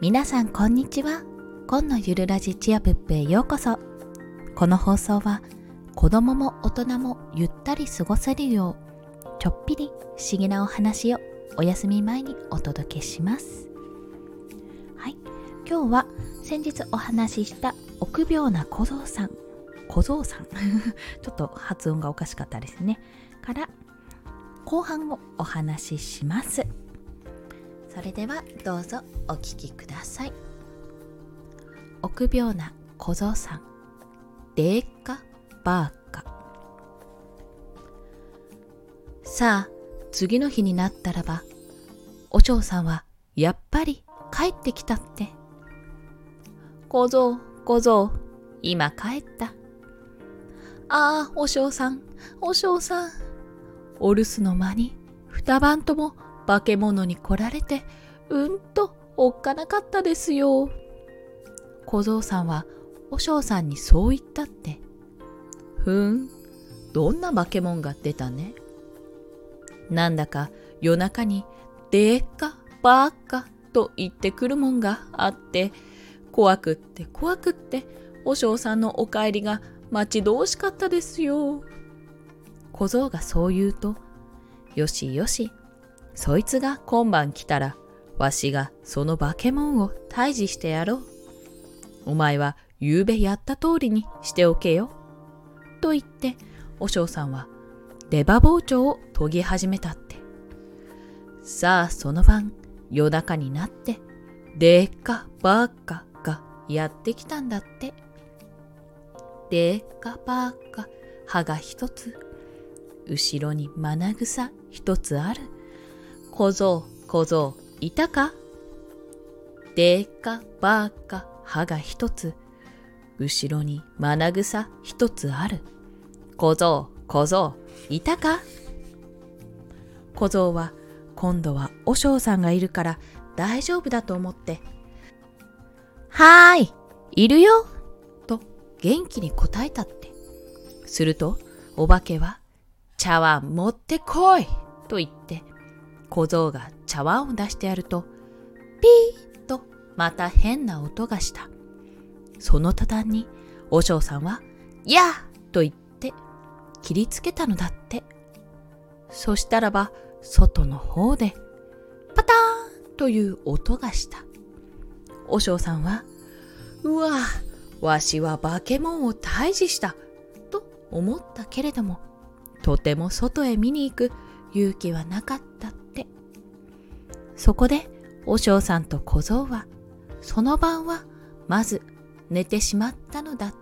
皆さんこんにちは。今のゆるラジチアプップへようこそ。この放送は子供も大人もゆったり過ごせるようちょっぴり不思議なお話をお休み前にお届けします。はい、今日は先日お話しした臆病な小僧さんちょっと発音がおかしかったですねから後半をお話しします。それではどうぞお聞きください。臆病な小僧さん、でーかばーか。さあ次の日になったらば、お嬢さんはやっぱり帰ってきたって。小僧今帰った。ああお嬢さん、お留守の間に二晩とも化け物に来られておっかなかったですよ。小僧さんはお嬢さんにそう言ったって。どんな化け物が出たね。なんだか夜中にでーかばーかと言ってくるもんがあって、怖くってお嬢さんのお帰りが待ち遠しかったですよ。小僧がそう言うと、よしよし、そいつが今晩来たら、わしがその化け物を退治してやろう。お前はゆうべやった通りにしておけよ。と言って、お嬢さんは出刃包丁を研ぎ始めたって。さあその晩、夜中になって、でーかばーかがやってきたんだって。でーかばーか、歯が一つ、後ろに眼草一つある。小僧いたか。でーかばーか、歯が一つ、後ろに眼草一つある。小僧いたか。小僧は今度はお嬢さんがいるから大丈夫だと思って、はーい、いるよと元気に答えたって。するとお化けは、茶碗持ってこいと言って、小僧が茶碗を出してやると、ピーッとまた変な音がした。その途端にお嬢さんは、やーと言って切りつけたのだって。そしたらば外の方でパターンという音がした。お嬢さんは、うわ、わしは化け物を退治したと思ったけれども、とても外へ見に行く勇気はなかったって。そこでお嬢さんと小僧はその晩はまず寝てしまったのだって。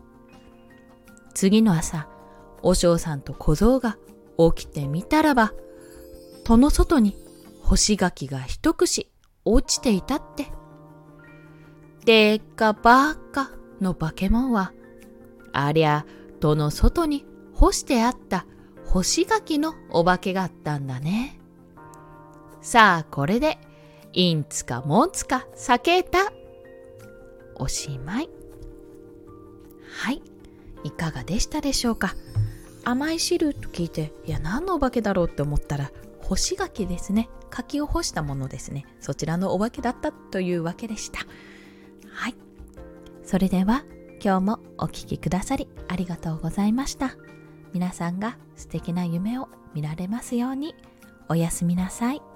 次の朝、お嬢さんと小僧が起きてみたらば、戸の外に干し柿が一串落ちていたって。でーかばーかの化け物は、ありゃ戸の外に干してあった干し柿のお化けがあったんだね。さあこれでインツかモンツか避けた。おしまい。はい、いかがでしたでしょうか。甘い汁と聞いて、何のお化けだろうって思ったら、干し柿ですね。柿を干したものですね。そちらのお化けだったというわけでした。はい、それでは今日もお聞きくださりありがとうございました。皆さんが素敵な夢を見られますように。おやすみなさい。